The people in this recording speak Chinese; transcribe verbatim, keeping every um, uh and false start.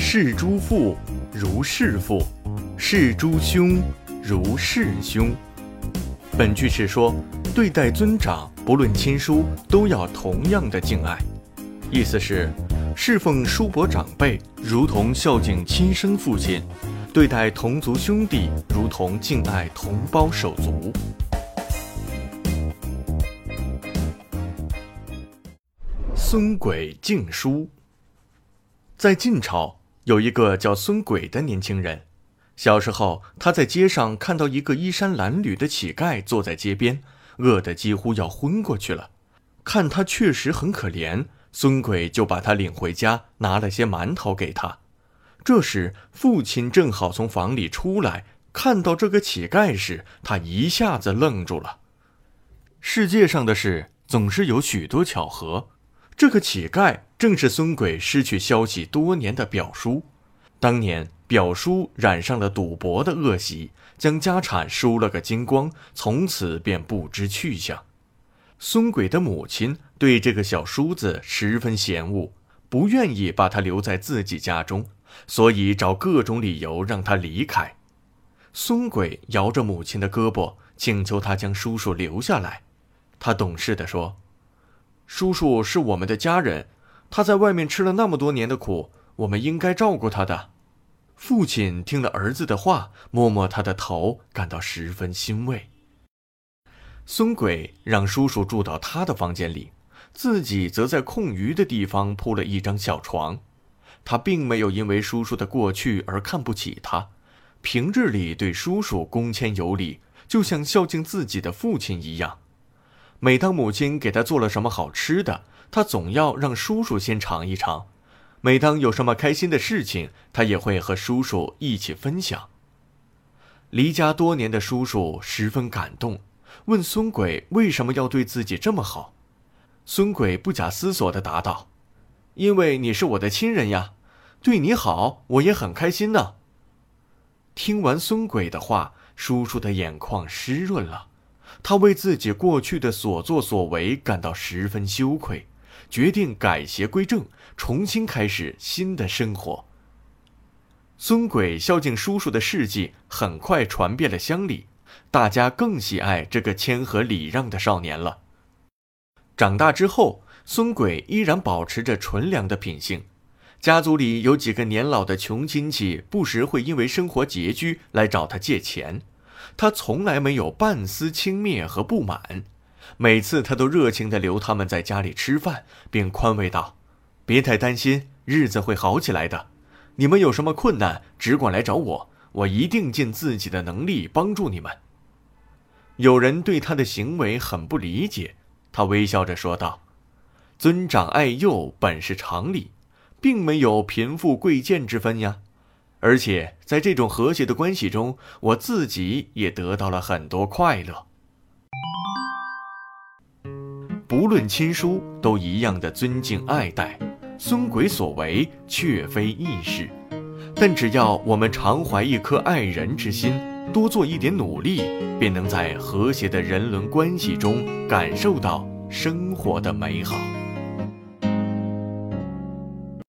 事诸父如事父，事诸兄如事兄。本句是说，对待尊长，不论亲疏，都要同样的敬爱。意思是，侍奉叔伯长辈，如同孝敬亲生父亲；对待同族兄弟，如同敬爱同胞手足。孙轨敬叔。在晋朝，有一个叫孙轨的年轻人。小时候，他在街上看到一个衣衫褴褛的乞丐坐在街边，饿得几乎要昏过去了。看他确实很可怜，孙轨就把他领回家，拿了些馒头给他。这时，父亲正好从房里出来，看到这个乞丐时，他一下子愣住了。世界上的事总是有许多巧合，这个乞丐正是孙轨失去消息多年的表叔。当年表叔染上了赌博的恶习，将家产输了个精光，从此便不知去向。孙轨的母亲对这个小叔子十分嫌恶，不愿意把他留在自己家中，所以找各种理由让他离开。孙轨摇着母亲的胳膊，请求他将叔叔留下来。他懂事地说，叔叔是我们的家人，他在外面吃了那么多年的苦，我们应该照顾他的。父亲听了儿子的话，摸摸他的头，感到十分欣慰。孙轨让叔叔住到他的房间里，自己则在空余的地方铺了一张小床。他并没有因为叔叔的过去而看不起他，平日里对叔叔恭谦有礼，就像孝敬自己的父亲一样。每当母亲给他做了什么好吃的，他总要让叔叔先尝一尝。每当有什么开心的事情，他也会和叔叔一起分享。离家多年的叔叔十分感动，问孙轨为什么要对自己这么好。孙轨不假思索地答道，因为你是我的亲人呀，对你好我也很开心呢。听完孙轨的话，叔叔的眼眶湿润了，他为自己过去的所作所为感到十分羞愧，决定改邪归正，重新开始新的生活。孙轨孝敬叔叔的事迹很快传遍了乡里，大家更喜爱这个谦和礼让的少年了。长大之后，孙轨依然保持着纯良的品性。家族里有几个年老的穷亲戚，不时会因为生活拮据来找他借钱，他从来没有半丝轻蔑和不满。每次他都热情地留他们在家里吃饭，并宽慰道，别太担心，日子会好起来的，你们有什么困难只管来找我，我一定尽自己的能力帮助你们。有人对他的行为很不理解，他微笑着说道，尊长爱幼本是常理，并没有贫富贵贱之分呀，而且在这种和谐的关系中，我自己也得到了很多快乐。不论亲疏，都一样的尊敬爱戴，孙轨所为确非易事，但只要我们常怀一颗爱人之心，多做一点努力，便能在和谐的人伦关系中感受到生活的美好。